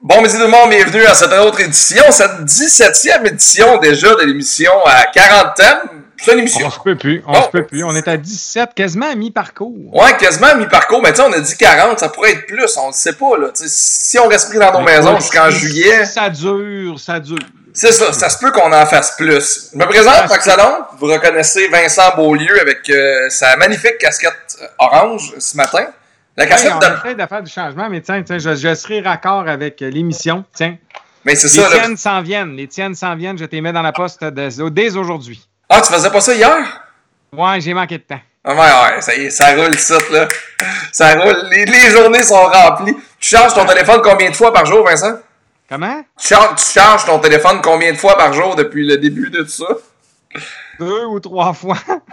Bon, messieurs tout le monde, bienvenue à cette autre édition, cette 17e édition déjà de l'émission à 40 thèmes. C'est une émission. On se peut plus, On est à 17, quasiment à mi-parcours. Ouais, quasiment à mi-parcours, mais tu sais, on a dit 40, ça pourrait être plus, on ne sait pas, là. T'sais, si on reste pris dans nos maisons jusqu'en juillet... Ça dure. C'est ça, ça se peut qu'on en fasse plus. Je me présente, Max Salon, vous reconnaissez Vincent Beaulieu avec sa magnifique casquette orange ce matin. La casquette on essaie de faire du changement, mais tiens, je serai raccord avec l'émission, tiens. Mais c'est les ça, tiennes s'en viennent, je t'ai mis dans la poste dès aujourd'hui. Ah, tu faisais pas ça hier? Ouais, j'ai manqué de temps. Ah ouais, ça y est, ça roule, ça, là. Ça roule, les journées sont remplies. Tu charges ton téléphone combien de fois par jour, Vincent? Comment? Tu charges ton téléphone combien de fois par jour depuis le début de tout ça? 2 ou 3 fois.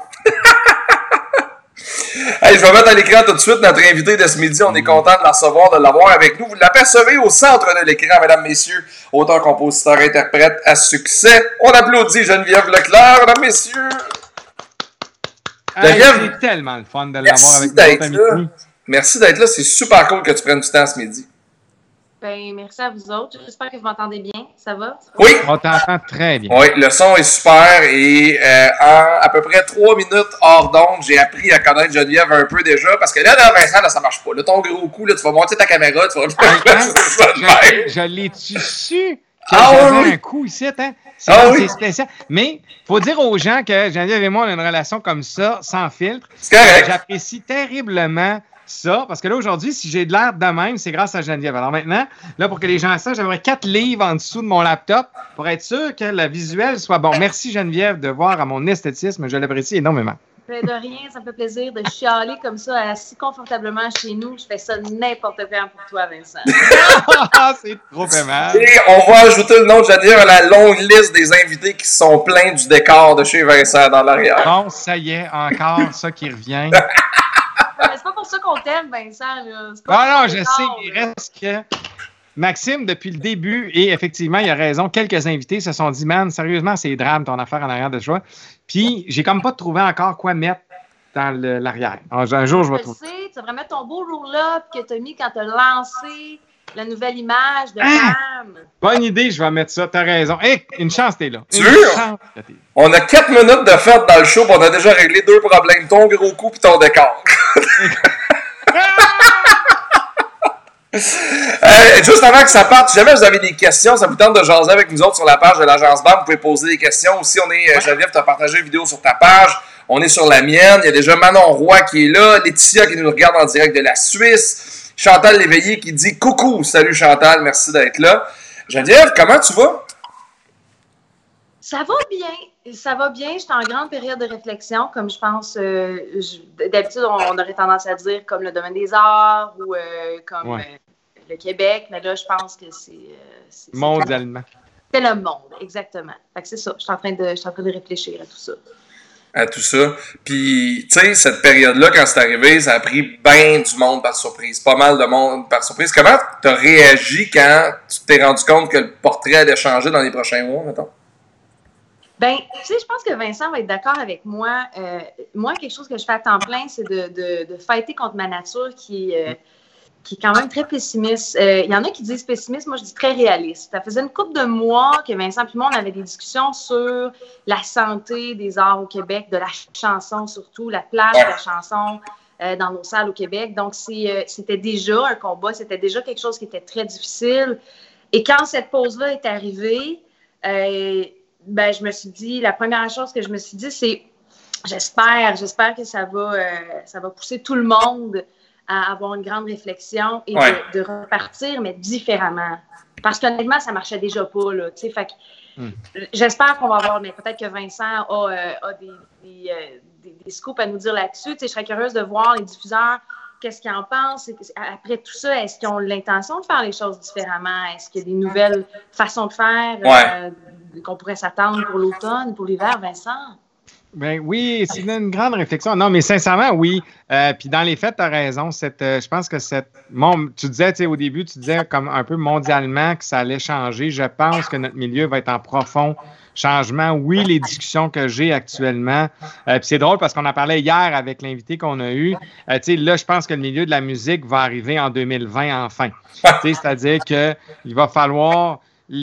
Hey, je vais mettre à l'écran tout de suite notre invité de ce midi. On est content de la recevoir, de l'avoir avec nous. Vous l'apercevez au centre de l'écran, mesdames, messieurs. Auteur, compositeur, interprète à succès. On applaudit Geneviève Leclerc, mesdames, messieurs. Hey, c'est tellement le fun de l'avoir avec nous. Merci d'être là. C'est super cool que tu prennes du temps ce midi. Ben, merci à vous autres. J'espère que vous m'entendez bien. Ça va? Oui. On t'entend très bien. Oui, le son est super et en à peu près 3 minutes hors d'onde, j'ai appris à connaître Geneviève un peu déjà parce que là, Vincent, là, ça marche pas. Là, ton gros coup, là, tu vas monter ta caméra, tu vas... Je l'ai-tu su que j'avais un coup ici, hein? C'est spécial. Mais il faut dire aux gens que Geneviève et moi, on a une relation comme ça, sans filtre. C'est correct. J'apprécie terriblement ça, parce que là, aujourd'hui, si j'ai de l'air de même, c'est grâce à Geneviève. Alors maintenant, là, pour que les gens sachent, j'aimerais 4 livres en dessous de mon laptop pour être sûr que le visuel soit bon. Merci, Geneviève, de voir à mon esthétisme. Je l'apprécie énormément. De rien, ça me fait plaisir de chialer comme ça, assis confortablement chez nous. Je fais ça n'importe quand pour toi, Vincent. C'est trop aimable. Et on va ajouter le nom de Geneviève à la longue liste des invités qui sont pleins du décor de chez Vincent dans l'arrière. Bon, ça y est, encore ça qui revient. C'est pas pour ça qu'on t'aime, Vincent. Là. Non, je sais, il reste que Maxime, depuis le début, et effectivement, il a raison, quelques invités se sont dit, man, sérieusement, c'est drame ton affaire en arrière de choix. Puis, j'ai comme pas trouvé encore quoi mettre dans l'arrière. Un jour, je vais trouver. Tu sais, tu devrais mettre ton beau roll-up que tu as mis quand tu as lancé la nouvelle image de femme. Bonne idée, je vais mettre ça. T'as raison. Hey, une chance, t'es là. Sûr? On a 4 minutes de fête dans le show, on a déjà réglé 2 problèmes. Ton gros coup et ton décor. Juste avant que ça parte, si jamais vous avez des questions, ça vous tente de jaser avec nous autres sur la page de l'Agence BAM, vous pouvez poser des questions. Aussi, on est, Geneviève, tu as partagé une vidéo sur ta page. On est sur la mienne. Il y a déjà Manon Roy qui est là, Laetitia qui nous regarde en direct de la Suisse, Chantal Léveillé qui dit coucou. Salut Chantal, merci d'être là. Geneviève, comment tu vas? Ça va bien. Ça va bien. J'étais en grande période de réflexion, comme je pense, d'habitude, on aurait tendance à dire comme le domaine des arts ou comme le Québec, mais là, je pense que c'est mondialement. C'est le monde, exactement. Fait que c'est ça. Je suis en train de réfléchir à tout ça. À tout ça. Puis, tu sais, cette période-là, quand c'est arrivé, ça a pris bien du monde par surprise. Pas mal de monde par surprise. Comment tu as réagi quand tu t'es rendu compte que le portrait allait changer dans les prochains mois, mettons? Ben, tu sais, je pense que Vincent va être d'accord avec moi. Moi, quelque chose que je fais à temps plein, c'est de fighter contre ma nature qui est quand même très pessimiste. Il y en a qui disent pessimiste, moi je dis très réaliste. Ça faisait une couple de mois que Vincent et moi, on avait des discussions sur la santé des arts au Québec, de la chanson surtout, la place de la chanson dans nos salles au Québec. Donc, c'était déjà un combat, c'était déjà quelque chose qui était très difficile. Et quand cette pause-là est arrivée, ben, je me suis dit, la première chose que je me suis dit, c'est j'espère que ça va pousser tout le monde à avoir une grande réflexion et de repartir, mais différemment. Parce qu'honnêtement, ça marchait déjà pas, là, tu sais, fait que j'espère qu'on va avoir, mais peut-être que Vincent a des scoops à nous dire là-dessus, tu sais, je serais curieuse de voir les diffuseurs, qu'est-ce qu'ils en pensent. Après tout ça, est-ce qu'ils ont l'intention de faire les choses différemment? Est-ce qu'il y a des nouvelles façons de faire qu'on pourrait s'attendre pour l'automne, pour l'hiver, Vincent? Ben oui, c'est une grande réflexion. Non, mais sincèrement, oui. Puis dans les faits, tu as raison. Je pense que tu disais, tu sais, au début, tu disais comme un peu mondialement que ça allait changer. Je pense que notre milieu va être en profond changement. Oui, les discussions que j'ai actuellement. Puis c'est drôle parce qu'on en parlait hier avec l'invité qu'on a eu. Tu sais, là, je pense que le milieu de la musique va arriver en 2020 enfin. Tu sais, c'est-à-dire qu'il va falloir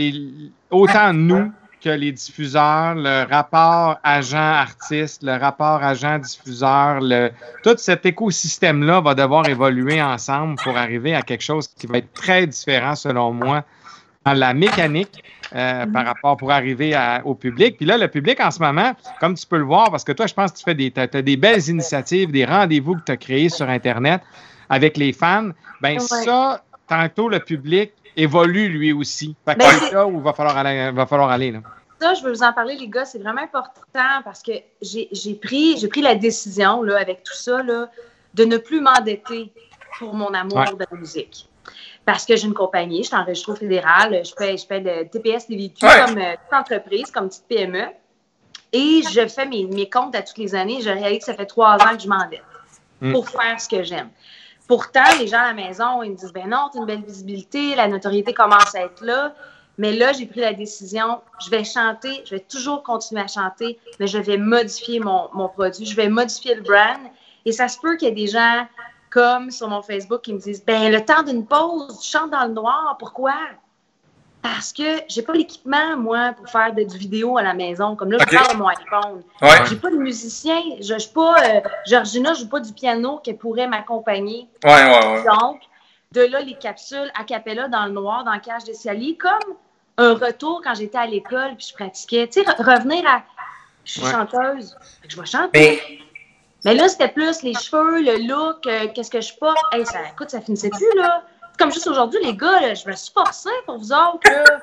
autant nous que les diffuseurs, le rapport agent-artiste, le rapport agent-diffuseur, tout cet écosystème-là va devoir évoluer ensemble pour arriver à quelque chose qui va être très différent, selon moi, dans la mécanique par rapport pour arriver au public. Puis là, le public, en ce moment, comme tu peux le voir, parce que toi, je pense que tu as des belles initiatives, des rendez-vous que tu as créés sur Internet avec les fans, bien ça, tantôt, le public évolue lui aussi. Fait que c'est là où il va falloir aller. Là. Ça, je veux vous en parler, les gars, c'est vraiment important parce que j'ai pris la décision, là, avec tout ça, là, de ne plus m'endetter pour mon amour de la musique. Parce que j'ai une compagnie, je suis enregistrée au fédéral, je paie le TPS TVQ comme toute entreprise, comme petite PME. Et je fais mes comptes à toutes les années. Je réalise que ça fait 3 ans que je m'endette pour faire ce que j'aime. Pourtant, les gens à la maison, ils me disent « Ben non, tu as une belle visibilité, la notoriété commence à être là. » Mais là, j'ai pris la décision, je vais chanter, je vais toujours continuer à chanter, mais je vais modifier mon produit, je vais modifier le brand. Et ça se peut qu'il y ait des gens comme sur mon Facebook qui me disent « Ben le temps d'une pause, tu chantes dans le noir, pourquoi? » Parce que j'ai pas l'équipement, moi, pour faire du vidéo à la maison. Comme là, je parle de mon iPhone. Ouais. J'ai pas de musicien. Je suis pas... Georgina joue pas du piano qui pourrait m'accompagner. Ouais. Donc, de là, les capsules a cappella dans le noir, dans le cage d'escalier, comme un retour quand j'étais à l'école puis je pratiquais. Tu sais, revenir à... Je suis chanteuse. Je vais chanter. Mais là, c'était plus les cheveux, le look, qu'est-ce que je porte. Hey, écoute, ça finissait plus, là. Comme juste aujourd'hui, les gars, là, je me suis forcée pour vous autres.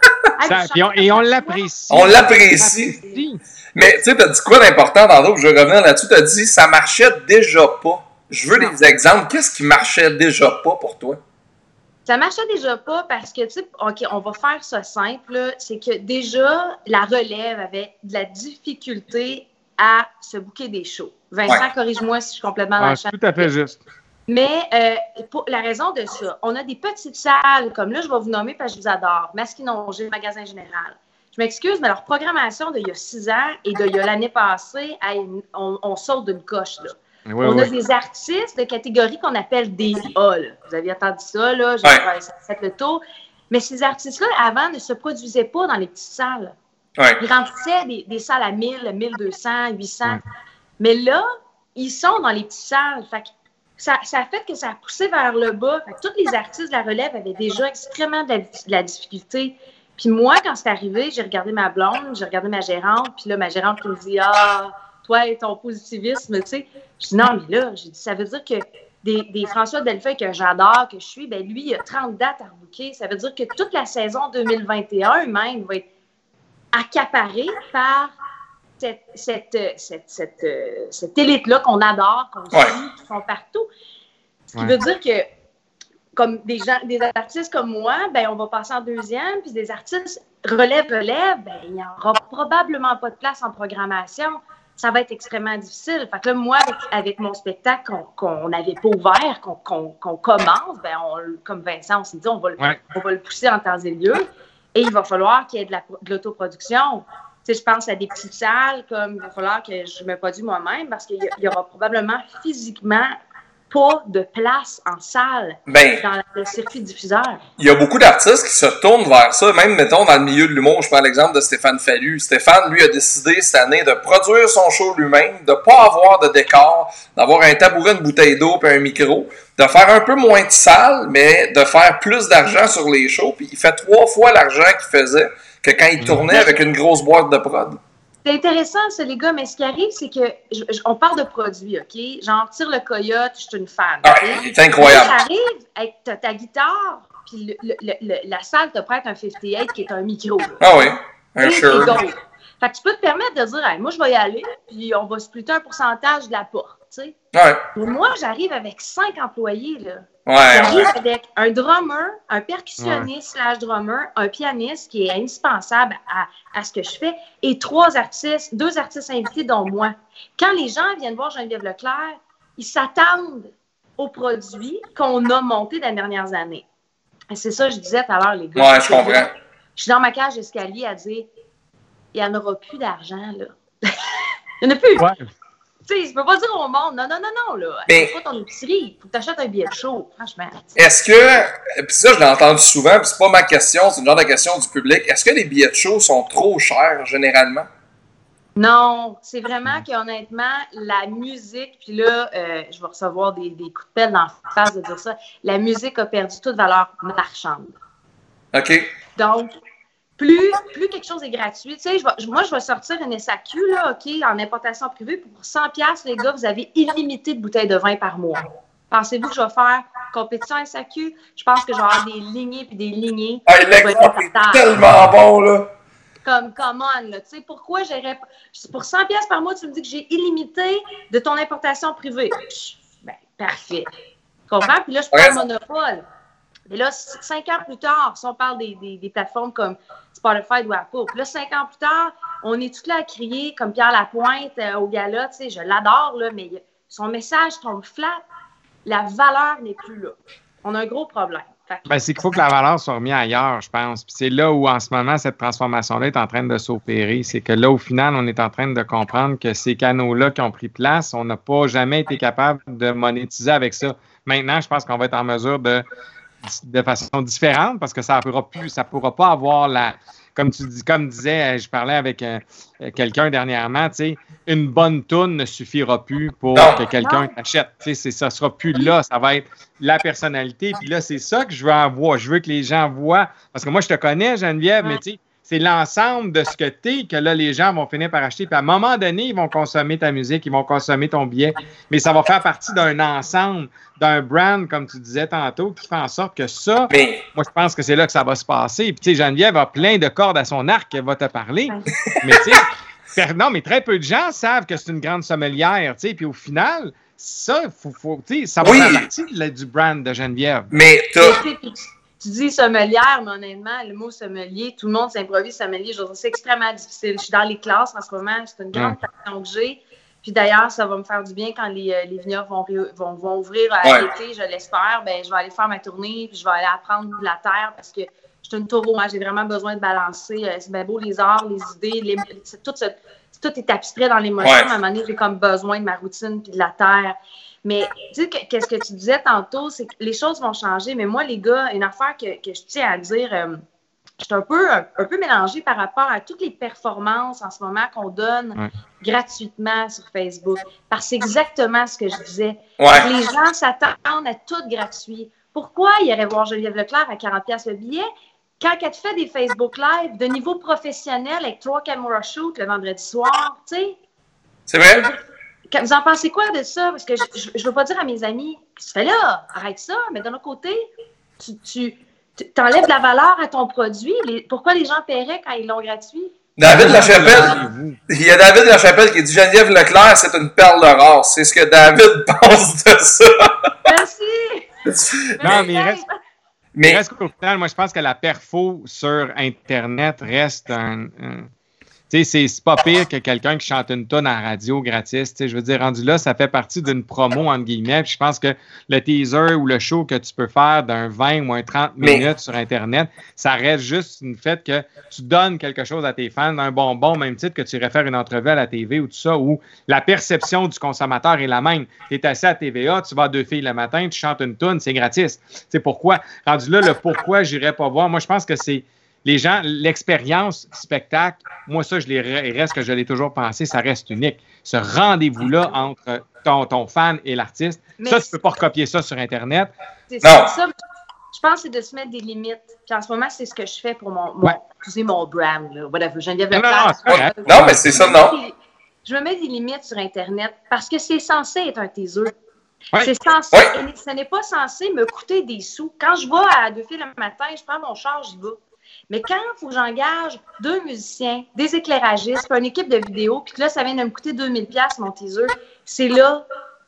Et on l'apprécie. On l'apprécie. Mais tu sais, t'as dit quoi d'important dans l'autre? Je vais revenir là-dessus. T'as dit ça marchait déjà pas. Je veux des exemples. Qu'est-ce qui marchait déjà pas pour toi? Ça marchait déjà pas parce que, tu sais, OK, on va faire ça simple. C'est que déjà, la relève avait de la difficulté à se booker des shows. Vincent, corrige-moi si je suis complètement dans le champ. Tout à fait juste. Mais pour la raison de ça, on a des petites salles, comme là, je vais vous nommer parce que je vous adore. Masquinongé, Magasin Général. Je m'excuse, mais leur programmation d'il y a 6 ans et d'il y a l'année passée, on saute d'une coche, là. Oui, on a des artistes de catégorie qu'on appelle des A. Là. Vous avez entendu ça, là? J'ai fait le tour. Mais ces artistes-là, avant, ne se produisaient pas dans les petites salles. Ils remplissaient des salles à 1000, 1200, 800. Mais là, ils sont dans les petites salles. Fait que ça a fait que ça a poussé vers le bas. Fait que tous les artistes de la relève avaient déjà extrêmement de la difficulté. Puis moi, quand c'est arrivé, j'ai regardé ma blonde, j'ai regardé ma gérante, puis là, ma gérante qui me dit « Ah, toi et ton positivisme, tu sais. » Je dis « Non, mais là, j'ai dit, ça veut dire que des François Delfeil que j'adore, que je suis, ben lui, il a 30 dates à rebooker. Ça veut dire que toute la saison 2021 même va être accaparée par cette élite-là qu'on adore, qu'on suit, qui sont partout. Ce qui veut dire que, comme des artistes comme moi, ben on va passer en deuxième, puis des artistes relève, ben il n'y aura probablement pas de place en programmation. Ça va être extrêmement difficile. Fait que là, moi, avec mon spectacle qu'on n'avait pas ouvert, qu'on commence, ben comme Vincent, on s'est dit, on va le pousser en temps et lieu. Et il va falloir qu'il y ait de l'autoproduction. Tu sais, je pense à des petites salles, comme il va falloir que je me produise moi-même parce qu'il y aura probablement physiquement pas de place en salle dans le circuit diffuseur. Il y a beaucoup d'artistes qui se tournent vers ça, même, mettons, dans le milieu de l'humour. Je prends l'exemple de Stéphane Fallu. Stéphane, lui, a décidé cette année de produire son show lui-même, de ne pas avoir de décor, d'avoir un tabouret, une bouteille d'eau et un micro, de faire un peu moins de salle, mais de faire plus d'argent sur les shows. Puis il fait 3 fois l'argent qu'il faisait que quand il tournait avec une grosse boîte de prod. C'est intéressant, ça, les gars, mais ce qui arrive, c'est que on parle de produits, OK? Genre, Tire le Coyote, je suis une fan. Okay? C'est incroyable. T'arrives avec ta guitare, puis la salle te prête un 58 qui est un micro. Là. Ah oui, un Shure. Fait que tu peux te permettre de dire, hey, moi, je vais y aller, puis on va splitter un pourcentage de la porte, tu sais. Ouais. Mais moi, j'arrive avec 5 employés, là. J'arrive avec un drummer, un percussionniste / drummer, un pianiste qui est indispensable à ce que je fais, et 2 artistes invités, dont moi. Quand les gens viennent voir Geneviève Leclerc, ils s'attendent aux produits qu'on a montés dans les dernières années. Et c'est ça que je disais tout à l'heure, les gars. Ouais, je comprends. Je suis dans ma cage d'escalier à dire, il n'y en aura plus d'argent, là. Il n'y en a plus. Ouais. Tu sais, je peux pas dire au monde, non, là. C'est pas ton épicerie. Il faut que tu achètes un billet de show, franchement. Est-ce que, puis ça, je l'ai entendu souvent, puis c'est pas ma question, c'est une genre de question du public. Est-ce que les billets de show sont trop chers, généralement? Non, c'est vraiment qu'honnêtement, la musique, puis là, je vais recevoir des coups de pelle dans la face de dire ça, la musique a perdu toute valeur marchande. OK. Donc, plus quelque chose est gratuit, tu sais, moi, je vais sortir une SAQ, là, OK, en importation privée, pour 100$, les gars, vous avez illimité de bouteilles de vin par mois. Pensez-vous que je vais faire compétition SAQ? Je pense que je vais avoir des lignées puis des lignées. Hey, l'exemple est tellement bon, là! Comme, come on, là, tu sais, pourquoi j'irais... Pour 100$ par mois, tu me dis que j'ai illimité de ton importation privée. Ben, parfait. Tu comprends? Puis là, je prends le monopole. Et là, 5 ans plus tard, si on parle des plateformes comme Spotify ou Apple, puis là, 5 ans plus tard, on est tous là à crier comme Pierre Lapointe au gala, tu sais, je l'adore, là, mais son message tombe flat. La valeur n'est plus là. On a un gros problème. Ben, c'est qu'il faut que la valeur soit remise ailleurs, je pense. Puis c'est là où, en ce moment, cette transformation-là est en train de s'opérer. C'est que là, au final, on est en train de comprendre que ces canaux-là qui ont pris place, on n'a pas jamais été capable de monétiser avec ça. Maintenant, je pense qu'on va être en mesure de façon différente parce que ça ne pourra pas avoir la... Comme disait, je parlais avec quelqu'un dernièrement, tu sais, une bonne toune ne suffira plus pour que quelqu'un t'achète. Tu sais, ça ne sera plus là, ça va être la personnalité. Puis là, c'est ça que je veux avoir. Je veux que les gens voient, parce que moi, je te connais, Geneviève, mais tu sais, c'est l'ensemble de ce que tu es que là, les gens vont finir par acheter. Puis à un moment donné, ils vont consommer ta musique, ils vont consommer ton billet. Mais ça va faire partie d'un ensemble, d'un brand, comme tu disais tantôt, qui fait en sorte que ça, moi, je pense que c'est là que ça va se passer. Puis tu sais, Geneviève a plein de cordes à son arc qu'elle va te parler. Mais tu sais, non, mais très peu de gens savent que c'est une grande sommelière. Tu sais, puis au final, ça, ça va faire partie du brand de Geneviève. Mais tu dis sommelière, mais honnêtement, le mot sommelier, tout le monde s'improvise sommelier. Je veux dire, c'est extrêmement difficile. Je suis dans les classes en ce moment, c'est une grande passion que j'ai. Puis d'ailleurs, ça va me faire du bien quand les vignobles vont ouvrir à l'été, je l'espère. Ben, je vais aller faire ma tournée, puis je vais aller apprendre de la terre parce que je suis une taureau. Moi, j'ai vraiment besoin de balancer. C'est bien beau, les arts, les idées, tout est abstrait dans l'émotion. À un moment donné, j'ai comme besoin de ma routine puis de la terre. Mais tu sais, qu'est-ce que tu disais tantôt, c'est que les choses vont changer. Mais moi, les gars, une affaire que je tiens à dire, je suis un peu mélangée par rapport à toutes les performances en ce moment qu'on donne gratuitement sur Facebook. Parce que c'est exactement ce que je disais. Les gens s'attendent à tout gratuit. Pourquoi ils iraient voir Geneviève Leclerc à 40$ le billet? Quand elle te fait des Facebook Live de niveau professionnel avec 3 caméras shoot le vendredi soir, tu sais? C'est vrai? Vous en pensez quoi de ça? Parce que je ne veux pas dire à mes amis, tu fais là, arrête ça, mais d'un autre côté, tu enlèves de la valeur à ton produit. Pourquoi les gens paieraient quand ils l'ont gratuit? David Lachapelle, il y a David Lachapelle qui dit Geneviève Leclerc, c'est une perle rare. C'est ce que David pense de ça. Merci! Non, mais il reste qu'au final, moi, je pense que la perfo sur Internet reste tu sais, c'est pas pire que quelqu'un qui chante une tonne en radio gratis. Tu sais, je veux dire, rendu là, ça fait partie d'une promo, entre guillemets. Puis je pense que le teaser ou le show que tu peux faire d'un 20 ou un 30 minutes sur Internet, ça reste juste une fait que tu donnes quelque chose à tes fans, un bonbon, même titre que tu irais faire une entrevue à la TV ou tout ça, où la perception du consommateur est la même. Tu es assis à TVA, tu vas à Deux filles le matin, tu chantes une toune, c'est gratis. Tu sais, pourquoi? Rendu là, le pourquoi j'irais pas voir, moi, je pense que c'est les gens, l'expérience spectacle, moi, ça, reste que je l'ai toujours pensé, ça reste unique. Ce rendez-vous-là entre ton fan et l'artiste, ça, tu ne peux pas recopier ça sur Internet. C'est ça. Je pense que c'est de se mettre des limites. Puis en ce moment, c'est ce que je fais pour mon brand, là, whatever. Geneviève Leclerc. Non, mais c'est ça, non. Je me mets des limites sur Internet parce que c'est censé être un teaser. Ouais. C'est censé, ce n'est pas censé me coûter des sous. Quand je vais à Deux filles le matin, je prends mon char, j'y vais. Mais quand il faut que j'engage 2 musiciens, des éclairagistes, puis une équipe de vidéo, puis que là, ça vient de me coûter 2000$ mon teaser, c'est là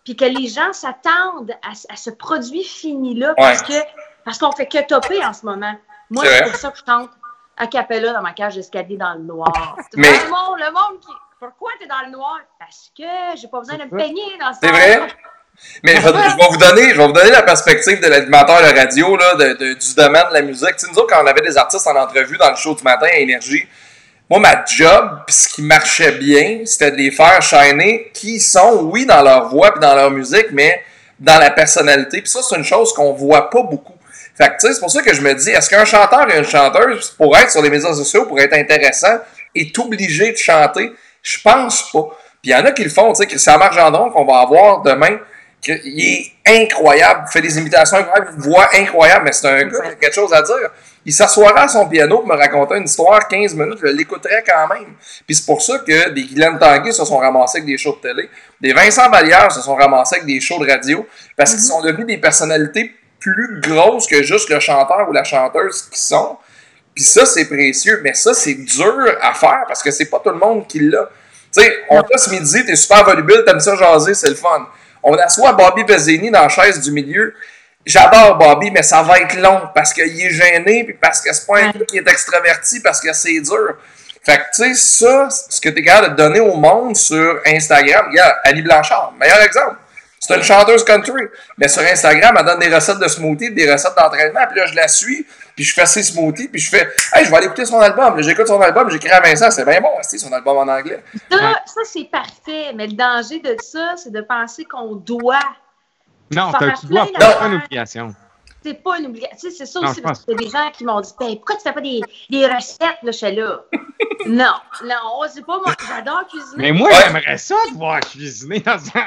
puis que les gens s'attendent à ce produit fini-là Ouais. parce qu'on fait que topper en ce moment. Moi, c'est pour ça que je chante a cappella dans ma cage d'escalier dans le noir. Mais... Le monde qui... Pourquoi t'es dans le noir? Parce que j'ai pas besoin de me peigner dans ce C'est vrai? Mais je vais vous donner la perspective de l'animateur de radio là, du domaine de la musique. Tu sais, nous autres, quand on avait des artistes en entrevue dans le show du matin à Énergie, moi, ma job, puis ce qui marchait bien, c'était de les faire shiner qui sont, oui, dans leur voix puis dans leur musique, mais dans la personnalité. Puis ça, c'est une chose qu'on voit pas beaucoup. Fait que, tu sais, c'est pour ça que je me dis, est-ce qu'un chanteur et une chanteuse, pour être sur les médias sociaux, pour être intéressant, est obligé de chanter? Je pense pas. Puis il y en a qui le font, tu sais, Christian Marc-Gendron, qu'on va avoir demain, il est incroyable, il fait des imitations incroyables, une voix incroyable, mais c'est un gars qui a quelque chose à dire. Il s'assoirait à son piano pour me raconter une histoire 15 minutes, je l'écouterais quand même. Puis c'est pour ça que des Guylaine Tanguay se sont ramassés avec des shows de télé, des Vincent Vallière se sont ramassés avec des shows de radio, parce qu'ils sont devenus des personnalités plus grosses que juste le chanteur ou la chanteuse qu'ils sont. Puis ça, c'est précieux, mais ça, c'est dur à faire, parce que c'est pas tout le monde qui l'a. Tu sais, on t'a ce midi, t'es super volubile, t'aimes ça jaser, c'est le fun. On assoit Bobby Pezzini dans la chaise du milieu. J'adore Bobby, mais ça va être long parce qu'il est gêné, puis parce que c'est pas un gars qui est extraverti, parce que c'est dur. Fait que, tu sais, ça, ce que t'es capable de donner au monde sur Instagram, regarde, Annie Blanchard, meilleur exemple. C'est une chanteuse country, mais sur Instagram, elle donne des recettes de smoothies, des recettes d'entraînement, puis là, je la suis, puis je fais ses smoothies, puis je fais « Hey, je vais aller écouter son album. » Là, j'écoute son album, j'écris à Vincent, c'est bien bon, c'est son album en anglais. Ça c'est parfait, mais le danger de ça, c'est de penser qu'on doit. Non, tu dois pas une obligation. C'est pas une obligation. Tu sais, c'est ça aussi, parce que c'est des gens qui m'ont dit ben, pourquoi tu fais pas des recettes, là, je suis là. Non, c'est pas moi. J'adore cuisiner. Mais moi, j'aimerais ça de voir cuisiner.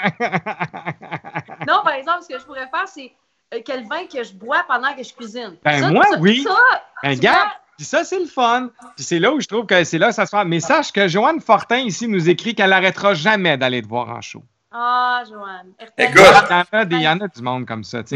Non, par exemple, ce que je pourrais faire, c'est quel vin que je bois pendant que je cuisine. Ben, ça, moi, ça, oui. Ça, regarde, puis ça, c'est le fun. Puis c'est là où je trouve que c'est là que ça se fait. Mais sache que Joanne Fortin, ici, nous écrit qu'elle n'arrêtera jamais d'aller te voir en show. Ah, Joanne. Écoute, il y en a du monde comme ça.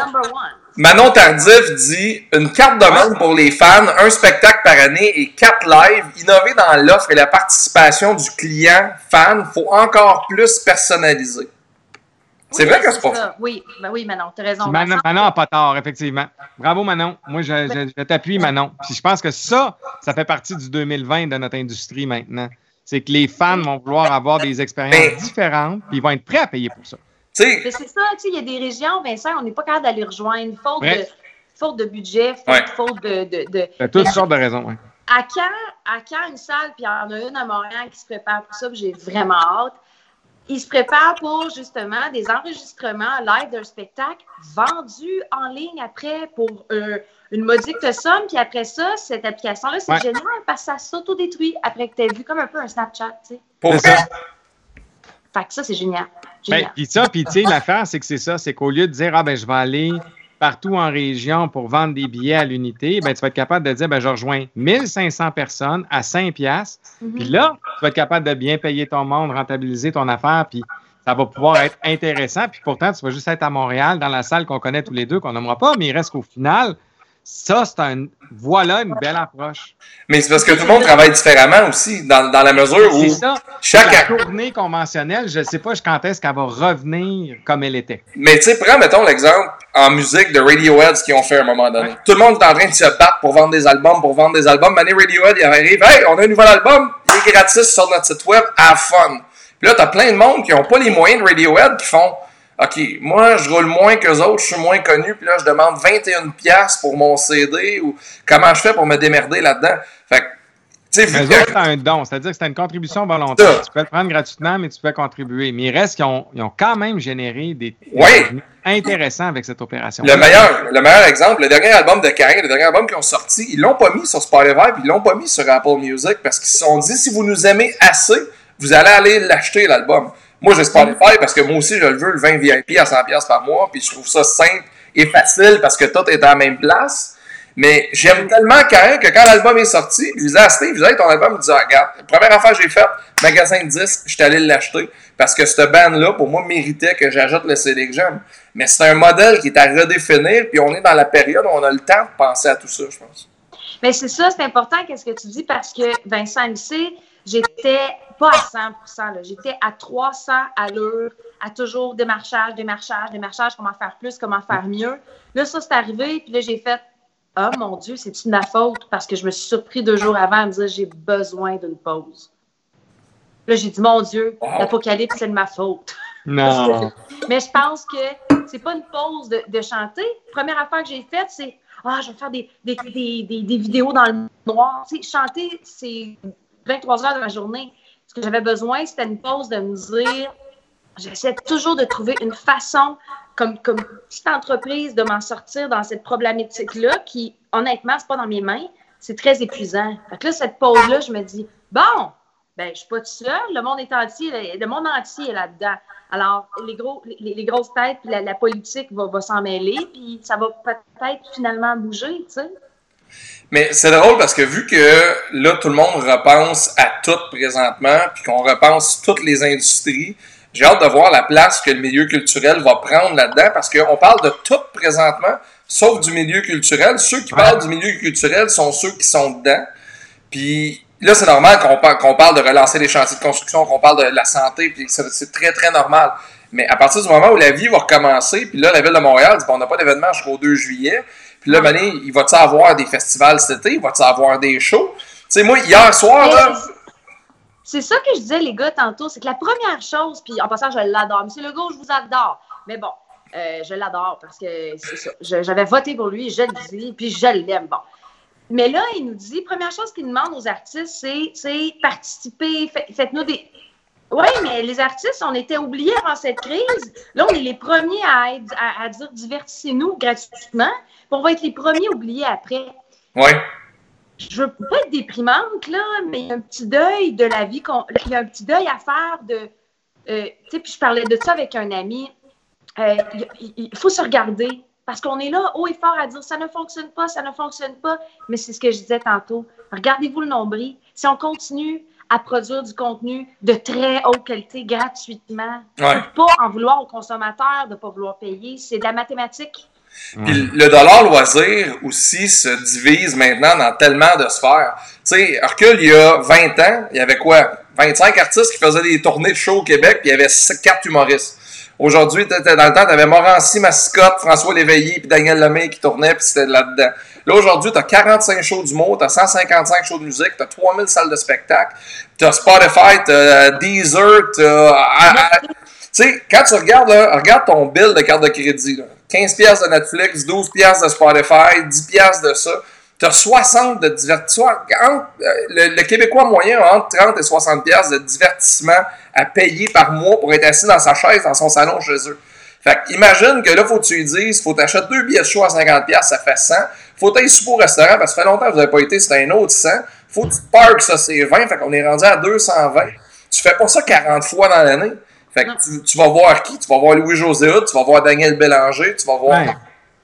Manon Tardif dit « Une carte de membre pour les fans, un spectacle par année et 4 lives. Innover dans l'offre et la participation du client fan, faut encore plus personnaliser. » C'est vrai que c'est pas ça. Oui, Manon, t'as raison. Manon n'a pas tort, effectivement. Bravo, Manon. Moi, je t'appuie, Manon. Puis je pense que ça fait partie du 2020 de notre industrie maintenant. C'est que les fans vont vouloir avoir des expériences différentes, puis ils vont être prêts à payer pour ça. Mais c'est ça, il y a des régions, Vincent, on n'est pas capable d'aller rejoindre, faute de budget, faute de toutes sortes de raisons, oui. À quand une salle, puis il y en a une à Montréal qui se prépare pour ça, puis j'ai vraiment hâte. Ils se préparent pour, justement, des enregistrements live d'un spectacle vendus en ligne après pour une modique somme. Puis après ça, cette application-là, c'est génial parce que ça s'auto-détruit après que tu aies vu comme un peu un Snapchat, tu sais. Pour ça. Fait que ça, c'est génial. Puis tu sais, l'affaire, c'est que c'est ça. C'est qu'au lieu de dire, je vais aller partout en région pour vendre des billets à l'unité, tu vas être capable de dire, je rejoins 1500 personnes à 5$. Puis là, tu vas être capable de bien payer ton monde, rentabiliser ton affaire, puis ça va pouvoir être intéressant. Puis pourtant, tu vas juste être à Montréal, dans la salle qu'on connaît tous les deux, qu'on n'aimera pas, mais il reste qu'au final, ça, voilà une belle approche. Mais c'est parce que tout le monde travaille différemment aussi, dans la mesure où chaque tournée conventionnelle, je ne sais pas quand est-ce qu'elle va revenir comme elle était. Mais tu sais, prends, mettons, l'exemple en musique de Radiohead, ce qu'ils ont fait à un moment donné. Tout le monde est en train de se battre pour vendre des albums, Mané Radiohead, il arrive, hey, on a un nouvel album, il est gratis sur notre site web, have fun. Puis là, t'as plein de monde qui n'ont pas les moyens de Radiohead qui font OK, moi, je roule moins qu'eux autres, je suis moins connu, puis là, je demande 21$ pour mon CD, ou comment je fais pour me démerder là-dedans? Fait que, tu sais, eux autres, c'est un don, c'est-à-dire que c'est une contribution volontaire. Tu peux le prendre gratuitement, mais tu peux contribuer. Mais il reste qu'ils ont quand même généré des revenus intéressants avec cette opération. Le meilleur exemple, le dernier album de Karine, le dernier album qu'ils ont sorti, ils l'ont pas mis sur Spotify, puis ils l'ont pas mis sur Apple Music, parce qu'ils se sont dit, si vous nous aimez assez, vous allez aller l'acheter, l'album. Moi, j'ai Spotify parce que moi aussi, je le veux, le 20 VIP à 100$ par mois, puis je trouve ça simple et facile parce que tout est à la même place. Mais j'aime tellement Karen que quand l'album est sorti, je disais à Steve, je disais, ton album, il disait, regarde, la première affaire que j'ai faite, magasin de disques, je suis allé l'acheter parce que cette band-là, pour moi, méritait que j'ajoute le CD que j'aime. Mais c'est un modèle qui est à redéfinir, puis on est dans la période où on a le temps de penser à tout ça, je pense. Mais c'est ça, c'est important, qu'est-ce que tu dis, parce que Vincent le sait, j'étais pas à 100%. Là. J'étais à 300 allures, à toujours démarchage, comment faire plus, comment faire mieux. Là, ça, c'est arrivé, puis là, j'ai fait « Ah, mon Dieu, c'est-tu de ma faute? » Parce que je me suis surpris 2 jours avant à me dire « J'ai besoin d'une pause. » Là, j'ai dit « Mon Dieu, l'apocalypse, c'est de ma faute. » Non. Mais je pense que c'est pas une pause de chanter. Première affaire que j'ai faite, c'est « Ah, je vais faire des vidéos dans le noir. » Tu sais, chanter, c'est 23 heures de ma journée. Ce que j'avais besoin, c'était une pause de me dire « J'essaie toujours de trouver une façon, comme petite entreprise, de m'en sortir dans cette problématique-là qui, honnêtement, c'est pas dans mes mains. C'est très épuisant. » Fait que là, cette pause-là, je me dis « Bon, ben, je suis pas toute seule. Le monde entier est là-dedans. Alors, les grosses têtes puis la politique va s'en mêler, puis ça va peut-être finalement bouger, tu sais. » Mais c'est drôle parce que vu que là, tout le monde repense à tout présentement, puis qu'on repense toutes les industries, j'ai hâte de voir la place que le milieu culturel va prendre là-dedans, parce qu'on parle de tout présentement, sauf du milieu culturel. Ceux qui parlent du milieu culturel sont ceux qui sont dedans. Puis là, c'est normal qu'on parle de relancer les chantiers de construction, qu'on parle de la santé, puis c'est très, très normal. Mais à partir du moment où la vie va recommencer, puis là, la Ville de Montréal dit, bon, on n'a pas d'événement jusqu'au 2 juillet, puis là, il va-tu avoir des festivals cet été, il va-tu avoir des shows? Tu sais, moi, hier soir, là... C'est ça que je disais, les gars, tantôt, c'est que la première chose, puis en passant, je l'adore. Monsieur Legault, je vous adore. Mais bon, je l'adore parce que c'est ça. J'avais voté pour lui, je le dis, puis je l'aime. Bon. Mais là, il nous dit, première chose qu'il demande aux artistes, c'est participer, faites-nous des... Oui, mais les artistes, on était oubliés avant cette crise. Là, on est les premiers à dire divertissez-nous gratuitement, puis on va être les premiers oubliés après. Oui. Je veux pas être déprimante, là, mais il y a un petit deuil de la vie. Il y a un petit deuil à faire de... tu sais, puis je parlais de ça avec un ami. Il faut se regarder. Parce qu'on est là, haut et fort, à dire ça ne fonctionne pas, ça ne fonctionne pas. Mais c'est ce que je disais tantôt. Regardez-vous le nombril. Si on continue à produire du contenu de très haute qualité gratuitement, pas en vouloir aux consommateurs de ne pas vouloir payer, c'est de la mathématique. Puis le dollar loisir aussi se divise maintenant dans tellement de sphères. Tu sais, recule, il y a 20 ans, il y avait quoi? 25 artistes qui faisaient des tournées de show au Québec, puis il y avait 4 humoristes. Aujourd'hui, dans le temps, tu avais Morancy, Mascotte, François Léveillé, puis Daniel Lemay qui tournaient, puis c'était là-dedans. Là, aujourd'hui, tu as 45 shows d'humour, tu as 155 shows de musique, tu as 3000 salles de spectacle, tu as Spotify, tu as Deezer, tu as... Tu sais, quand tu regardes, là, regarde ton bill de carte de crédit, là. 15$ de Netflix, 12$ de Spotify, 10$ de ça. Tu as 60 de divertissement. Le Québécois moyen a entre 30 et 60$ de divertissement à payer par mois pour être assis dans sa chaise dans son salon chez eux. Fait que imagine que là, faut que tu lui dises, faut t'acheter 2 billets de show à 50$, ça fait 100. Faut t'aller souper au restaurant parce que ça fait longtemps que vous n'avez pas été, c'est un autre 100. Faut que tu te parques, ça c'est 20, fait qu'on est rendu à 220. Tu fais pas ça 40 fois dans l'année. Fait que tu vas voir qui? Tu vas voir Louis-José Hood, tu vas voir Daniel Bélanger, tu vas voir... Ouais.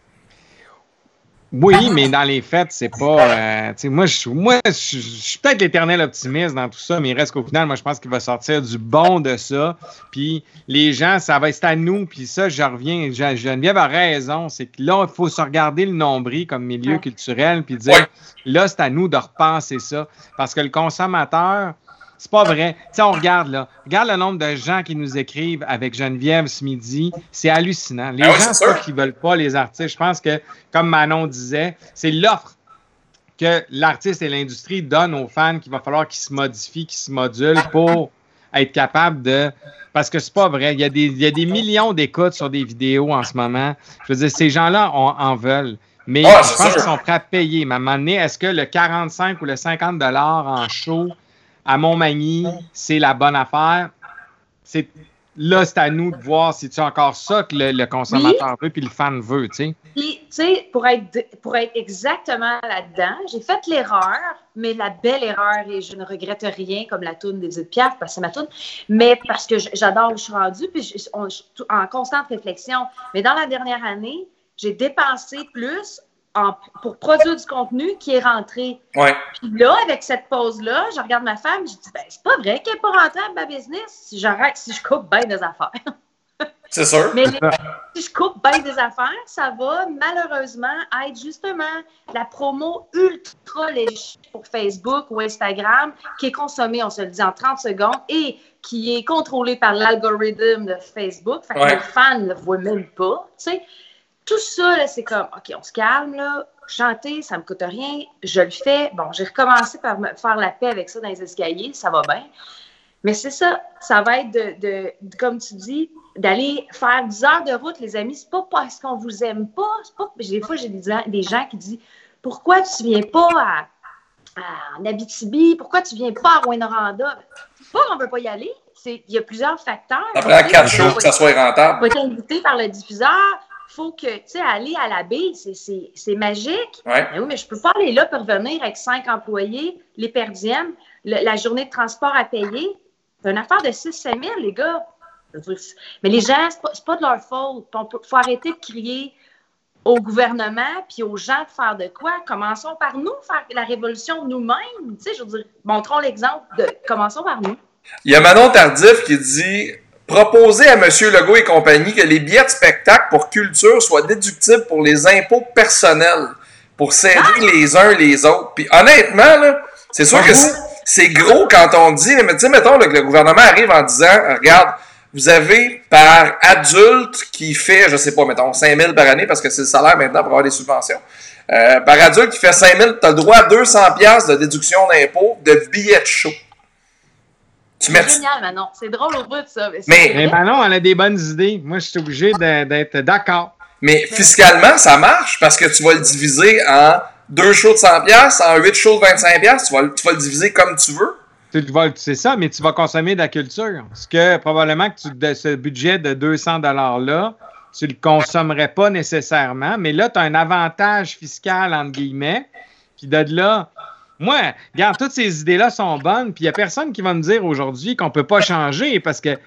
Oui, mais dans les faits, c'est pas... moi, je suis peut-être l'éternel optimiste dans tout ça, mais il reste qu'au final, moi, je pense qu'il va sortir du bon de ça. Puis les gens, ça va être à nous. Puis ça, je reviens, Geneviève a raison, c'est que là, il faut se regarder le nombril comme milieu culturel puis dire, là, c'est à nous de repenser ça. Parce que le consommateur... C'est pas vrai. Tu sais, on regarde là. Regarde le nombre de gens qui nous écrivent avec Geneviève ce midi. C'est hallucinant. Les gens, c'est pas qu'ils veulent pas les artistes. Je pense que, comme Manon disait, c'est l'offre que l'artiste et l'industrie donnent aux fans qu'il va falloir qu'ils se modifient, qu'ils se modulent pour être capable de... Parce que c'est pas vrai. Il y a des millions d'écoutes sur des vidéos en ce moment. Je veux dire, ces gens-là en veulent. Mais je pense qu'ils sont prêts à payer. Mais à un moment donné, est-ce que le 45 ou le 50$ en show à Montmagny, c'est la bonne affaire? Là, c'est à nous de voir si c'est encore ça que le consommateur veut puis le fan veut, tu sais. Puis, tu sais, pour être exactement là-dedans, j'ai fait l'erreur, mais la belle erreur, et je ne regrette rien, comme la toune d'Edith Piaf, parce que c'est ma toune, mais parce que j'adore où je suis rendue, puis je suis en constante réflexion. Mais dans la dernière année, j'ai dépensé plus pour produire du contenu qui est rentré. Ouais. Puis là, avec cette pause-là, je regarde ma femme, je dis, ben, c'est pas vrai qu'elle n'est pas rentrée à ma business si je coupe bien des affaires. C'est sûr. Mais si je coupe bien des affaires, ça va malheureusement être justement la promo ultra légère pour Facebook ou Instagram qui est consommée, on se le dit, en 30 secondes et qui est contrôlée par l'algorithme de Facebook. Fait que les fans ne le voient même pas. Tu sais. Tout ça, là, c'est comme, OK, on se calme, là. Chanter, ça ne me coûte rien. Je le fais. Bon, j'ai recommencé par me faire la paix avec ça dans les escaliers. Ça va bien. Mais c'est ça. Ça va être de comme tu dis, d'aller faire 10 heures de route, les amis. C'est pas parce qu'on vous aime pas. Des fois, j'ai des gens qui disent, pourquoi tu viens pas en Abitibi? Pourquoi tu viens pas à Rouyn-Noranda? C'est pas qu'on ne veut pas y aller. Il y a plusieurs facteurs. Ça prend 4 jours que ça soit rentable. On va être invité par le diffuseur. Faut que, tu sais, aller à la baie, c'est magique. Ouais. Mais oui, mais je peux pas aller là pour revenir avec 5 employés, les perdièmes, la journée de transport à payer. C'est une affaire de 6-7 000, les gars. Mais les gens, c'est pas de leur faute. Il faut arrêter de crier au gouvernement puis aux gens de faire de quoi. Commençons par nous, faire la révolution nous-mêmes. Tu sais, je veux dire, montrons l'exemple commençons par nous. Il y a Manon Tardif qui dit... Proposer à M. Legault et compagnie que les billets de spectacle pour culture soient déductibles pour les impôts personnels, pour s'aider les uns les autres. Puis honnêtement, là, c'est sûr que c'est gros quand on dit, mais tu sais, mettons là, que le gouvernement arrive en disant, regarde, vous avez par adulte qui fait, je sais pas, mettons, 5 000 par année, parce que c'est le salaire maintenant pour avoir des subventions. Par adulte qui fait 5 000, tu as le droit à 200 $ de déduction d'impôts de billets de show. C'est génial, Manon. C'est drôle au bout de ça. Mais Manon, elle a des bonnes idées. Moi, je suis obligé d'être d'accord. Mais fiscalement, ça marche parce que tu vas le diviser en 2 shows de 100 $, en 8 shows de 25 $. Tu vas le diviser comme tu veux. C'est ça, mais tu vas consommer de la culture. Parce que probablement que ce budget de 200 $-là, tu ne le consommerais pas nécessairement. Mais là, tu as un avantage fiscal, entre guillemets. Puis de là... Moi, regarde, toutes ces idées-là sont bonnes, puis il n'y a personne qui va me dire aujourd'hui qu'on ne peut pas changer parce que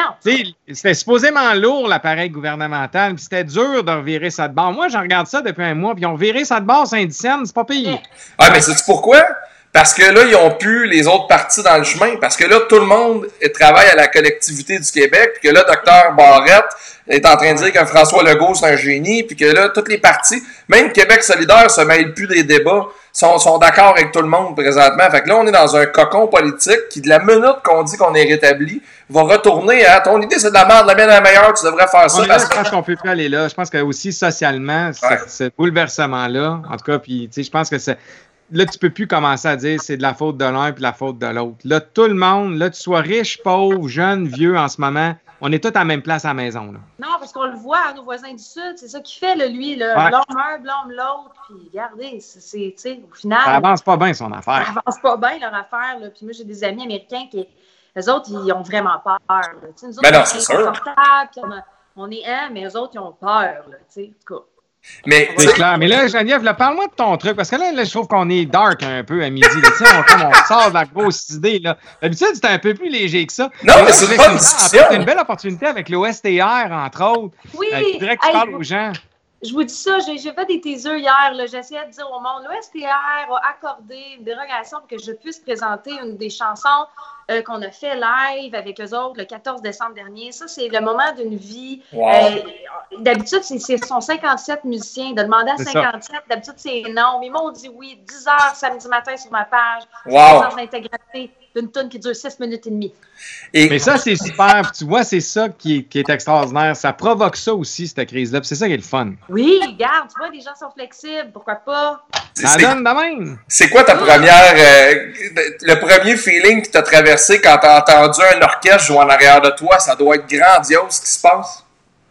c'était supposément lourd, l'appareil gouvernemental, puis c'était dur de revirer ça de bord. Moi, j'en regarde ça depuis un mois, puis ils ont viré ça de bord, Saint-Dicenne, c'est pas payé. Ah, mais sais-tu pourquoi? Parce que là, ils n'ont plus les autres partis dans le chemin. Parce que là, tout le monde travaille à la collectivité du Québec, puis que là, Dr Barrette est en train de dire que François Legault, c'est un génie, puis que là, tous les partis, même Québec solidaire, se mêlent plus des débats, sont d'accord avec tout le monde présentement. Fait que là, on est dans un cocon politique qui, de la minute qu'on dit qu'on est rétabli, va retourner à ton idée, c'est de la merde, la mienne est la meilleure, tu devrais faire ça. Là, je pense qu'on peut plus aller là. Je pense que aussi socialement, ce bouleversement-là, en tout cas, puis tu sais, je pense que c'est. Là, tu peux plus commencer à dire c'est de la faute de l'un puis la faute de l'autre. Là, tout le monde, là, tu sois riche, pauvre, jeune, vieux, en ce moment, on est tous à la même place à la maison. Là. Non, parce qu'on le voit à nos voisins du Sud, c'est ça qu'il fait, là, lui. Là. L'homme un, blâme l'autre, puis regardez, c'est, tu sais, au final... Ça avance pas bien, son affaire. Ça avance pas bien, leur affaire. Là. Puis moi, j'ai des amis américains qui, eux autres, ils ont vraiment peur. Là. Nous autres, non, c'est sûr. Puis on est mais eux autres, ils ont peur, là, tu sais, en tout cas. Mais c'est clair. Mais là, Geneviève, là, parle-moi de ton truc, parce que là, je trouve qu'on est dark un peu à midi. Là, on sort de la grosse idée. Là. D'habitude, c'était un peu plus léger que ça. Non, mais c'est pas une discussion. C'est une belle opportunité avec l'OSTR, entre autres. Oui. Je voudrais que tu parles aux gens. Je vous dis ça, j'ai fait des teasers hier. J'essayais de dire au monde, l'OSTR a accordé une dérogation pour que je puisse présenter une des chansons qu'on a fait live avec eux autres le 14 décembre dernier. Ça, c'est le moment d'une vie. Wow. D'habitude, ce sont 57 musiciens. De demander à 57, d'habitude, c'est non. Mais ils m'ont dit oui. 10 heures samedi matin sur ma page. Wow. L'intégralité d'une tune qui dure 6 minutes et demie. Mais ça, c'est super. Tu vois, c'est ça qui est extraordinaire. Ça provoque ça aussi, cette crise-là. Puis c'est ça qui est le fun. Oui, regarde, tu vois, les gens sont flexibles. Pourquoi pas? Ça donne de même. C'est quoi ta première... le premier feeling qui t'a traversé quand t'as entendu un orchestre jouer en arrière de toi? Ça doit être grandiose ce qui se passe.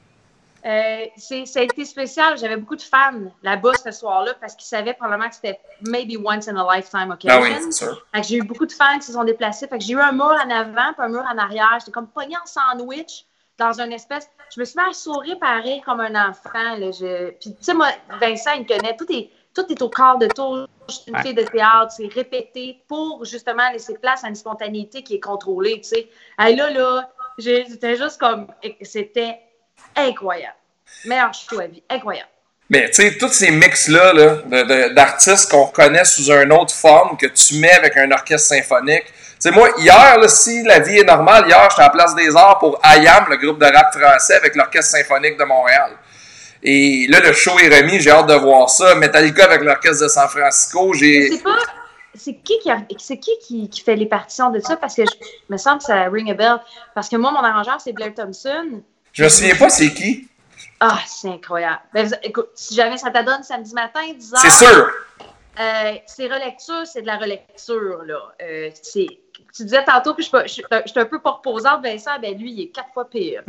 Ça a été spécial. J'avais beaucoup de fans là-bas ce soir-là parce qu'ils savaient probablement que c'était maybe once in a lifetime occasion. Ah oui, c'est sûr. Fait que j'ai eu beaucoup de fans qui se sont déplacés. Fait que j'ai eu un mur en avant puis un mur en arrière. J'étais comme pognée en sandwich dans une espèce... Je me suis mis à sourire pareil comme un enfant. Là. Puis tu sais, moi, Vincent, il me connaît. Tout est au quart de tour. Je suis une fille de théâtre. C'est répété pour justement laisser place à une spontanéité qui est contrôlée, tu sais. Et là, j'étais juste comme... C'était incroyable. Meilleur show à vie. Incroyable. Mais tu sais, tous ces mix-là d'artistes qu'on connaît sous une autre forme, que tu mets avec un orchestre symphonique, tu sais, moi, hier, là, si la vie est normale, hier, j'étais à la Place des Arts pour IAM, le groupe de rap français, avec l'Orchestre symphonique de Montréal. Et là, le show est remis, j'ai hâte de voir ça. Metallica avec l'Orchestre de San Francisco, C'est qui fait les partitions de ça? Parce que me semble que ça ring a bell. Parce que moi, mon arrangeur, c'est Blair Thompson. Je me souviens pas c'est qui. Ah, c'est incroyable. Ben, écoute, si jamais ça t'adonne samedi matin, 10h. C'est sûr. C'est relecture, c'est de la relecture, là. Tu disais tantôt que je suis un peu pas reposante, Vincent, ben lui, il est 4 fois pire.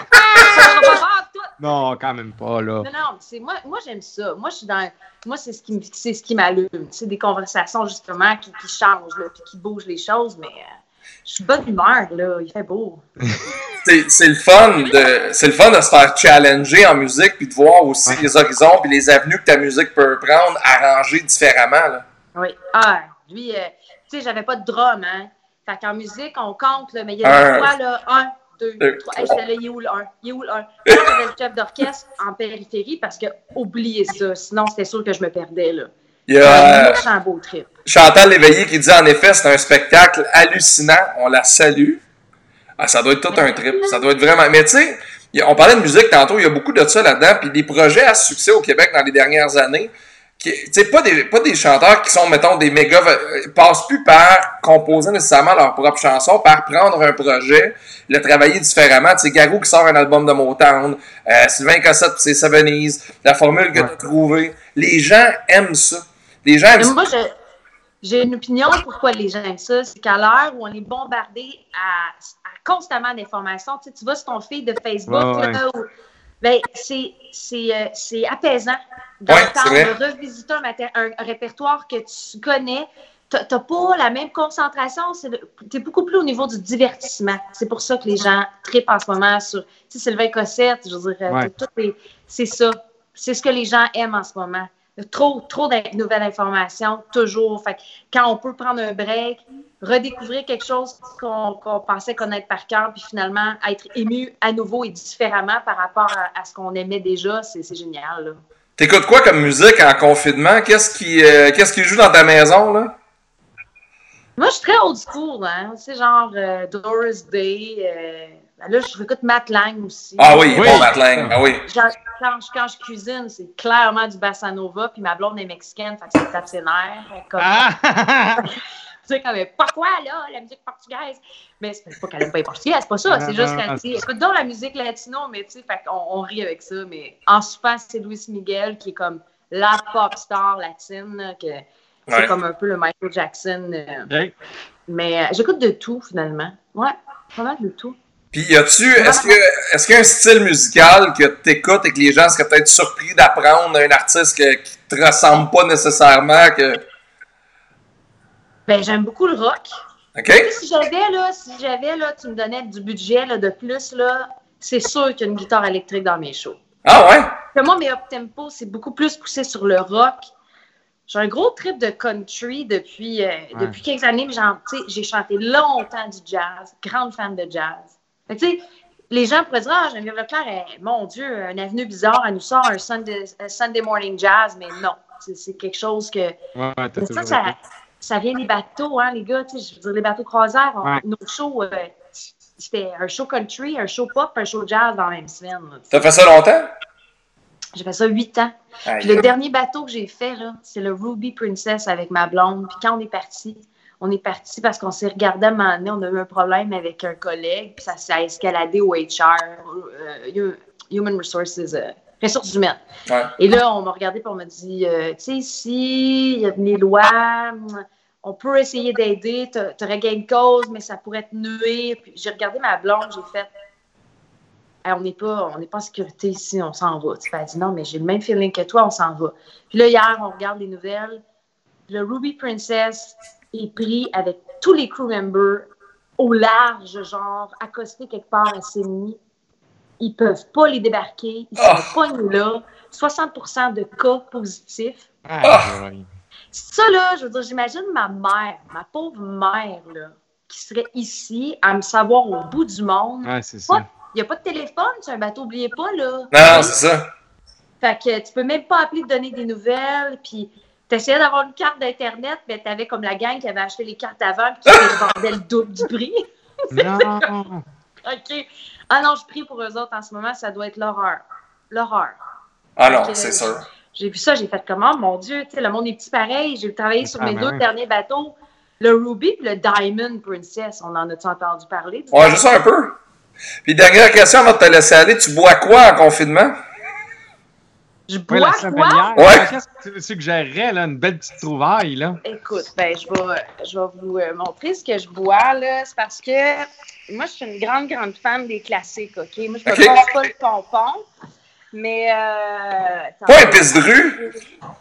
Non, quand même pas, là. Non, moi j'aime ça. Moi, c'est ce qui m'allume. C'est des conversations, justement, qui changent, là, puis qui bougent les choses, mais je suis bonne humeur, là. Il fait beau. C'est le fun de se faire challenger en musique, puis de voir aussi les horizons, puis les avenues que ta musique peut prendre, arrangées différemment, là. Oui. Ah, lui, tu sais, j'avais pas de drum, hein. Fait qu'en musique, on compte, là, mais il y a des fois, là, 1, 2, 3. Hey, j'étais là, il est où le 1? Il est où le 1? Moi, j'avais le chef d'orchestre en périphérie parce que, oubliez ça, sinon c'était sûr que je me perdais, là. Il y a un beau trip. Chantal Léveillé qui dit, en effet, c'est un spectacle hallucinant. On la salue. Ah, ça doit être tout un trip. Ça doit être vraiment... Mais tu sais, on parlait de musique tantôt, il y a beaucoup de ça là-dedans, puis des projets à succès au Québec dans les dernières années. Tu sais, pas des chanteurs qui sont, mettons, des méga... passent plus par composer nécessairement leur propre chanson, par prendre un projet, le travailler différemment. Tu sais, Garou qui sort un album de Motown, Sylvain Cossette pis ses Seventies, la formule que tu as trouvée. Les gens aiment ça. Les gens aiment ça. Moi, j'ai une opinion pourquoi les gens aiment ça. C'est qu'à l'heure où on est bombardé à constamment d'informations, tu vas sur ton feed de Facebook, là, où, ben, c'est apaisant d'entendre, de revisiter un répertoire que tu connais. Tu n'as pas la même concentration. Tu es beaucoup plus au niveau du divertissement. C'est pour ça que les gens trippent en ce moment sur Sylvain Cossette. Je veux dire, c'est ça. C'est ce que les gens aiment en ce moment. Trop de nouvelles informations, toujours. Fait que quand on peut prendre un break, redécouvrir quelque chose qu'on pensait connaître par cœur, puis finalement être ému à nouveau et différemment par rapport à ce qu'on aimait déjà, c'est génial, là. T'écoutes quoi comme musique en confinement? Qu'est-ce qui joue dans ta maison, là? Moi, je suis très old school, hein. C'est genre Doris Day. Là, je écoute Matt Lang aussi. Ah oui, bon Matt Lang. Ah oui. Quand je cuisine, c'est clairement du bossa nova, puis ma blonde est mexicaine, fait que c'est tape ses nerfs. Tu sais, comme, pourquoi, là, la musique portugaise? Mais c'est pas qu'elle aime pas les portugais, c'est pas ça. C'est juste qu'elle dit, écoute donc la musique latino, mais tu sais, fait qu'on rit avec ça. Mais en souvent, c'est Luis Miguel qui est comme la pop star latine, là, que c'est comme un peu le Michael Jackson. Mais j'écoute de tout, finalement. Ouais, pas mal de tout. Puis, est-ce qu'il y a un style musical que tu écoutes et que les gens seraient peut-être surpris d'apprendre un artiste qui te ressemble pas nécessairement? Ben, j'aime beaucoup le rock. OK. Si j'avais, tu me donnais du budget là, de plus, là, c'est sûr qu'il y a une guitare électrique dans mes shows. Ah ouais? Que moi, mes up-tempo, c'est beaucoup plus poussé sur le rock. J'ai un gros trip de country depuis quelques années, mais j'ai chanté longtemps du jazz, grande fan de jazz. Fait que, tu sais, les gens pourraient dire, Geneviève Leclerc, mon Dieu, un avenue bizarre, elle nous sort un Sunday morning jazz, mais non, c'est quelque chose que... Ça vient des bateaux, hein, les gars, tu sais, je veux dire, les bateaux croisières, nos shows, c'était un show country, un show pop, un show jazz dans la même semaine. T'as fait ça longtemps? J'ai fait ça 8 ans. Puis le dernier bateto que j'ai fait, là, c'est le Ruby Princess avec ma blonde. Puis quand on est parti parce qu'on s'est regardé à un moment donné, on a eu un problème avec un collègue, puis ça a escaladé au HR, Human Resources, ressources humaines. Ouais. Et là, on m'a regardé et on m'a dit, tu sais, ici, il y a les lois, on peut essayer d'aider, tu aurais gain de cause, mais ça pourrait te nuire. Puis j'ai regardé ma blonde, j'ai fait, hey, on n'est pas en sécurité ici, on s'en va. Elle a dit, non, mais j'ai le même feeling que toi, on s'en va. Puis là, hier, on regarde les nouvelles. Le Ruby Princess est pris avec tous les crew members au large, genre, accostés quelque part à Sydney. Ils ne peuvent pas les débarquer. Ils sont pas là. 60% de cas positifs. Ça, là, je veux dire, j'imagine ma pauvre mère, là, qui serait ici à me savoir au bout du monde. Ouais, c'est ça. Il n'y a pas de téléphone sur un bateau, oubliez pas, là. Non, c'est ça. Fait que tu peux même pas appeler te donner des nouvelles. Puis T'essayais d'avoir une carte d'Internet, mais t'avais comme la gang qui avait acheté les cartes avant et qui vendait le double du prix. Non! OK. Ah non, je prie pour eux autres en ce moment, ça doit être l'horreur. L'horreur. Ah non, c'est sûr. J'ai vu ça, j'ai fait comment, mon Dieu, tu sais, le monde est petit pareil. J'ai travaillé sur mes deux derniers bateaux, le Ruby et le Diamond Princess. On en a-tu entendu parler? Ouais, juste un peu. Puis dernière question avant de te laisser aller, tu bois quoi en confinement? Je bois quoi? Ouais. Qu'est-ce que tu suggérerais, là, une belle petite trouvaille, là? Écoute, ben, je vais vous montrer ce que je bois, là. C'est parce que moi, je suis une grande fan des classiques, OK? Moi, je ne bois pas le pompon, mais... pas épice de rue?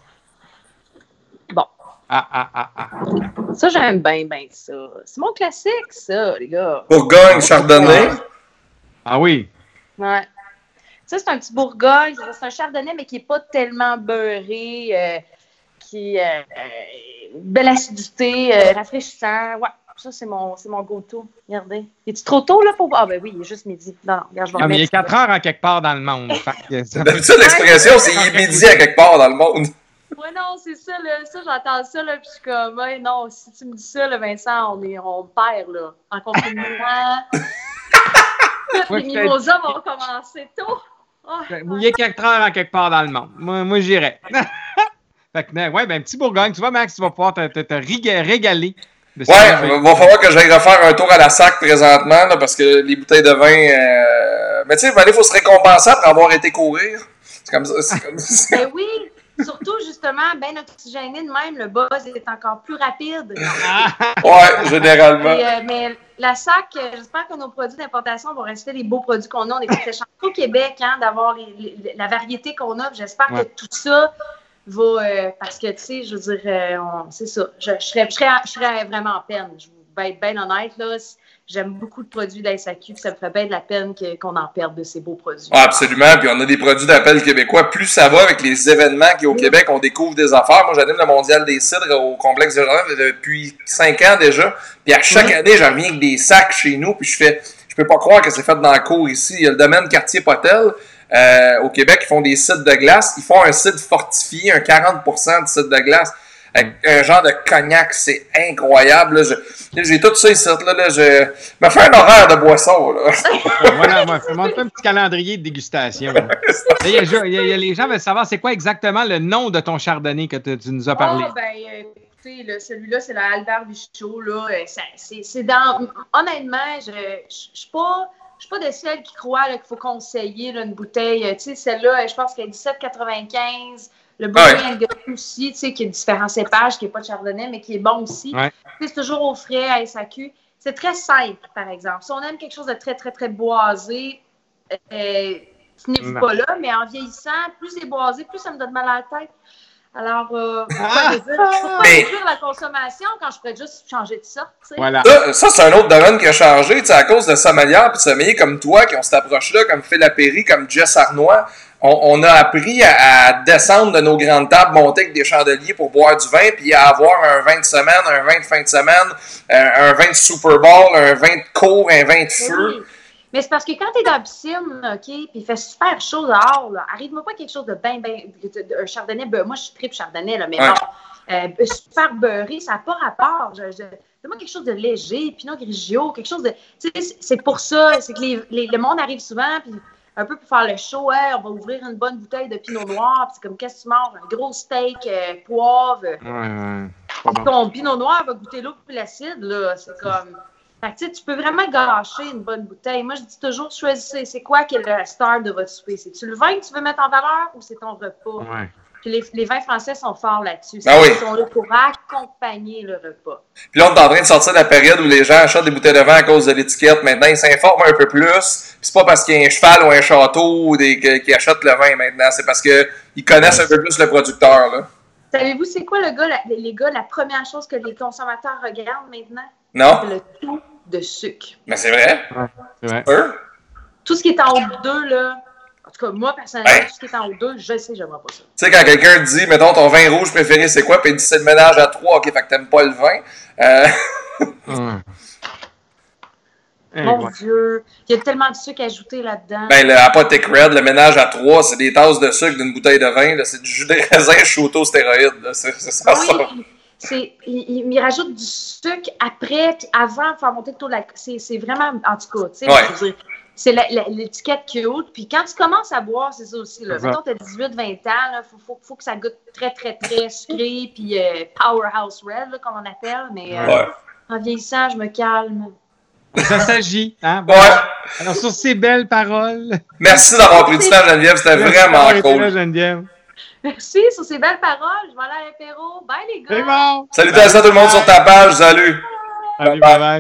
Bon. Ça, j'aime bien ça. C'est mon classique, ça, les gars. Bourgogne, Chardonnay. Ah oui? Ouais. Ça, c'est un petit Bourgogne. C'est un chardonnay, mais qui n'est pas tellement beurré, qui belle acidité, rafraîchissant. Ouais, ça, c'est mon go-to. Regardez. Est-tu trop tôt, là? Ah, ben oui, il est juste midi. Non, regarde, je vais mais il est 4 heures en quelque part dans le monde. D'habitude, l'expression, c'est il est midi à quelque part dans le monde. Ouais, non, c'est ça, là. Ça, j'entends ça, là, puis je suis comme, ouais, non, si tu me dis ça, là, Vincent, on perd, là. En confinement. Les mimosas vont commencer tôt. Oh, il est 4 heures en quelque part dans le monde. Moi j'irais. Fait que, ouais, ben, petit Bourgogne. Tu vois, Max, tu vas pouvoir te régaler. Ouais, il va falloir que j'aille refaire un tour à la SAC présentement, là, parce que les bouteilles de vin... Mais tu sais, il faut se récompenser après avoir été courir. C'est comme ça. Ben oui! Surtout, justement, bien oxygéné de même, le buzz est encore plus rapide. Ouais, généralement. Mais la SAC, j'espère que nos produits d'importation vont rester les beaux produits qu'on a. On est très chanceux au Québec d'avoir la variété qu'on a. J'espère que tout ça va... parce que, tu sais, je veux dire, c'est ça. Je serais vraiment en peine. Je vais être bien honnête, là. J'aime beaucoup de produits de la SAQ, puis ça me ferait bien de la peine qu'on en perde de ces beaux produits. Ah, absolument. Puis on a des produits d'appel québécois. Plus ça va avec les événements qu'il y a au Québec, on découvre des affaires. Moi, j'anime le Mondial des cidres au complexe de Genève depuis 5 ans déjà. Puis à chaque année, j'en reviens avec des sacs chez nous. Puis je peux pas croire que c'est fait dans la cour ici. Il y a le domaine Quartier Potel. Au Québec, ils font des cidres de glace. Ils font un cidre fortifié, un 40% de cidre de glace. Avec un genre de cognac, c'est incroyable. Là. J'ai tout ça ici. Là, je me fais un horaire de boisson. Là. Voilà, moi, montre un petit calendrier de dégustation. Il y a les gens veulent savoir c'est quoi exactement le nom de ton chardonnay que tu nous as parlé. Oh, ben, écoutez, celui-là, c'est la Albert Bichot. Là. C'est dans... Honnêtement, je suis pas de celle qui croit qu'il faut conseiller là, une bouteille. Tu sais, celle-là, je pense qu'elle est 17,95. Le Bourgogne aussi, tu sais, qui a différents cépages, qui n'est pas de chardonnay, mais qui est bon aussi. Ouais. C'est toujours au frais à SAQ. C'est très simple, par exemple. Si on aime quelque chose de très, très, très boisé, tenez-vous pas là, mais en vieillissant, plus c'est boisé, plus ça me donne mal à la tête. Alors, pourquoi réduire la consommation quand je pourrais juste changer de sorte? Voilà. Ça, c'est un autre domaine qui a changé, à cause de sommelières et de sommeliers comme toi qui ont cette approche-là, comme Phil Lapéry, comme Jess Arnois. On a appris à descendre de nos grandes tables, monter avec des chandeliers pour boire du vin, puis à avoir un vin de semaine, un vin de fin de semaine, un vin de Super Bowl, un vin de cours, un vin de feu. Oui. Mais c'est parce que quand tu es dans la piscine, OK, puis il fait super chaud dehors, là, arrive-moi pas quelque chose de bien, un chardonnay, moi je suis triple chardonnay, là, mais bon, super beurré, ça n'a pas rapport. Fais-moi quelque chose de léger, Pinot Grigio, quelque chose de... Tu sais, c'est pour ça, c'est que le monde arrive souvent, puis un peu pour faire le show, on va ouvrir une bonne bouteille de Pinot Noir, puis c'est comme, qu'est-ce que tu manges? Un gros steak, poivre. Ton Pinot Noir va goûter l'eau puis l'acide, là, c'est comme... Fait que, tu peux vraiment gâcher une bonne bouteille. Moi, je dis toujours, choisissez, c'est quoi qui est le star de votre souper? C'est-tu le vin que tu veux mettre en valeur ou c'est ton repas? Ouais. Puis les vins français sont forts là-dessus. Ils sont là pour accompagner le repas. Puis là, on est en train de sortir de la période où les gens achètent des bouteilles de vin à cause de l'étiquette. Maintenant, ils s'informent un peu plus. Puis c'est pas parce qu'il y a un cheval ou un château qui achètent le vin maintenant. C'est parce qu'ils connaissent un peu plus le producteur. Là. Savez-vous, c'est quoi, les gars, la première chose que les consommateurs regardent maintenant? Non. C'est le taux de sucre. Mais c'est vrai. Ouais, c'est vrai. Tout ce qui est en haut de 2, là... En tout cas, moi, personnellement, tout ce qui est en haut de 2, je sais, j'aimerais pas ça. Tu sais, quand quelqu'un te dit, mettons, ton vin rouge préféré, c'est quoi? Puis il dit, c'est le ménage à 3. OK, fait que t'aimes pas le vin. Mon Dieu, il y a tellement de sucre ajouté là-dedans. Ben, le Apothec Red, le ménage à 3, c'est des tasses de sucre d'une bouteille de vin. Là. C'est du jus de raisin shooté aux stéroïdes. Là. C'est ça, oui, ça. Il rajoute du sucre après, puis avant de faire monter le taux de l'alcool. C'est vraiment, en tout cas, tu sais, je veux dire, c'est l'étiquette cute. Puis quand tu commences à boire, c'est ça aussi. Là. Mettons, tu as 18-20 ans, il faut que ça goûte très, très, très sucré, puis Powerhouse Red, là, comme on appelle. Mais en vieillissant, je me calme. Ça s'agit. Hein? Bon. Ouais. Alors, sur ces belles paroles. Merci d'avoir pris du temps, Geneviève. C'était vraiment cool. Là, Geneviève. Merci sur ces belles paroles. Je vais aller à l'apéro. Bye, les gars. C'est bon. Salutations à tout le monde sur ta page. Salut. Allez, bye.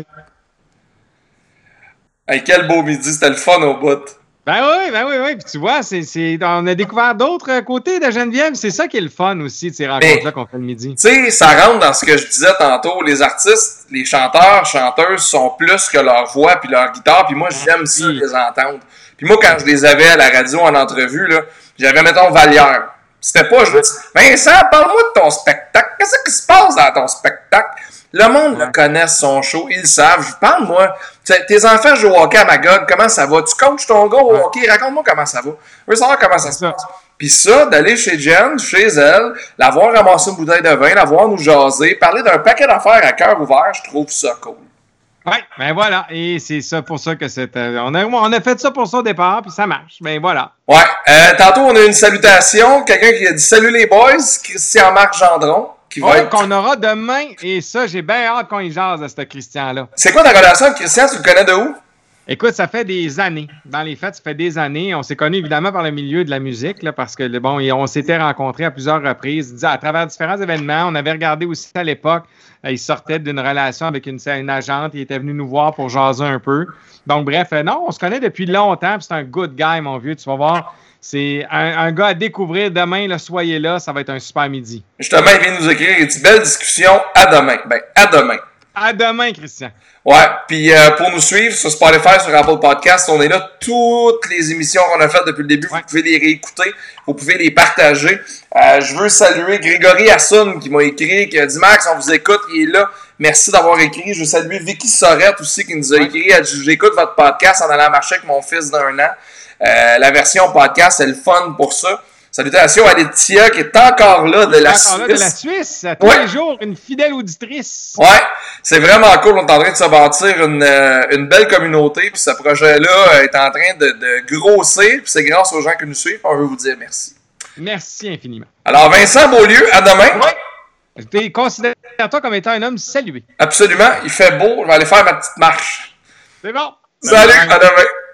Hey, quel beau midi. C'était le fun au bout. Ben oui. Puis tu vois, on a découvert d'autres côtés de Geneviève. C'est ça qui est le fun aussi de ces rencontres-là qu'on fait le midi. Tu sais, ça rentre dans ce que je disais tantôt. Les artistes, les chanteurs, chanteuses sont plus que leur voix puis leur guitare. Puis moi, j'aime ça les entendre. Puis moi, quand je les avais à la radio en entrevue, là, j'avais, mettons, Vallière. C'était pas juste « Vincent, parle-moi de ton spectacle. Qu'est-ce qui se passe dans ton spectacle? » Le monde le connaît, son show, ils le savent. Je parle-moi. Tes enfants jouent au hockey à Magog, comment ça va? Tu coaches ton gars au hockey, raconte-moi comment ça va. Je veux savoir comment ça se passe. Puis ça, d'aller chez Jen, chez elle, la voir ramasser une bouteille de vin, la voir nous jaser, parler d'un paquet d'affaires à cœur ouvert, je trouve ça cool. Oui, ben voilà. Et c'est ça pour ça que on a fait ça pour ça au départ, puis ça marche. Ben voilà. Ouais. Tantôt, on a une salutation. Quelqu'un qui a dit « Salut les boys », Christian-Marc Gendron. Qu'on aura demain, et ça, j'ai bien hâte qu'on y jase à ce Christian-là. C'est quoi ta relation avec Christian? Tu le connais de où? Écoute, ça fait des années. Dans les faits, ça fait des années. On s'est connus évidemment par le milieu de la musique, là, parce que bon, on s'était rencontrés à plusieurs reprises, à travers différents événements. On avait regardé aussi à l'époque, il sortait d'une relation avec une agente, il était venu nous voir pour jaser un peu. Donc bref, non, on se connaît depuis longtemps, puis c'est un good guy, mon vieux, tu vas voir. C'est un gars à découvrir demain, là, soyez là, ça va être un super midi. Justement, il vient nous écrire, il dit « Belle discussion, à demain ». Ben, à demain. À demain, Christian. Ouais, puis pour nous suivre sur Spotify, sur Apple Podcast, on est là. Toutes les émissions qu'on a faites depuis le début, vous pouvez les réécouter, vous pouvez les partager. Je veux saluer Grégory Assoun qui m'a écrit, qui a dit « Max, on vous écoute, il est là. Merci d'avoir écrit. » Je veux saluer Vicky Sorette aussi qui nous a écrit. Elle dit « J'écoute votre podcast en allant marcher avec mon fils d'1 an. » La version podcast, c'est le fun pour ça. Salutations à Laetitia qui est encore là de la Suisse. Encore là de la Suisse, tous les jours, une fidèle auditrice. Ouais, c'est vraiment cool. On est en train de se bâtir une belle communauté. Puis ce projet-là est en train de grossir. Puis c'est grâce aux gens qui nous suivent. On veut vous dire merci. Merci infiniment. Alors, Vincent Beaulieu, à demain. Ouais. Considère-toi comme étant un homme salué. Absolument. Il fait beau. Je vais aller faire ma petite marche. C'est bon. Salut, à demain.